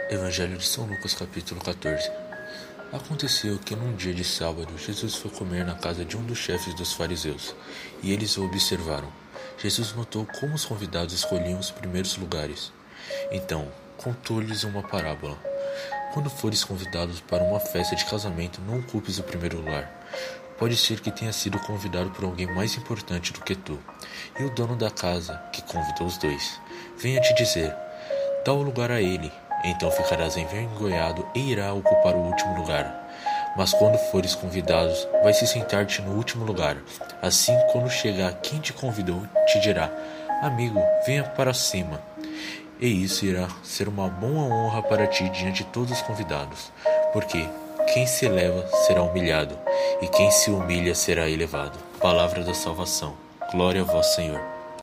Evangelho de São Lucas, capítulo 14. Aconteceu que num dia de sábado, Jesus foi comer na casa de um dos chefes dos fariseus, e eles o observaram. Jesus notou como os convidados escolhiam os primeiros lugares. Então, contou-lhes uma parábola. Quando fores convidados para uma festa de casamento, não ocupes o primeiro lugar. Pode ser que tenha sido convidado por alguém mais importante do que tu. E o dono da casa, que convidou os dois, venha te dizer: dá o lugar a ele. Então ficarás envergonhado e irá ocupar o último lugar. Mas quando fores convidados, vai se sentar-te no último lugar. Assim, quando chegar quem te convidou, te dirá: amigo, venha para cima. E isso irá ser uma boa honra para ti diante de todos os convidados. Porque quem se eleva será humilhado, e quem se humilha será elevado. Palavra da salvação. Glória a vós, Senhor.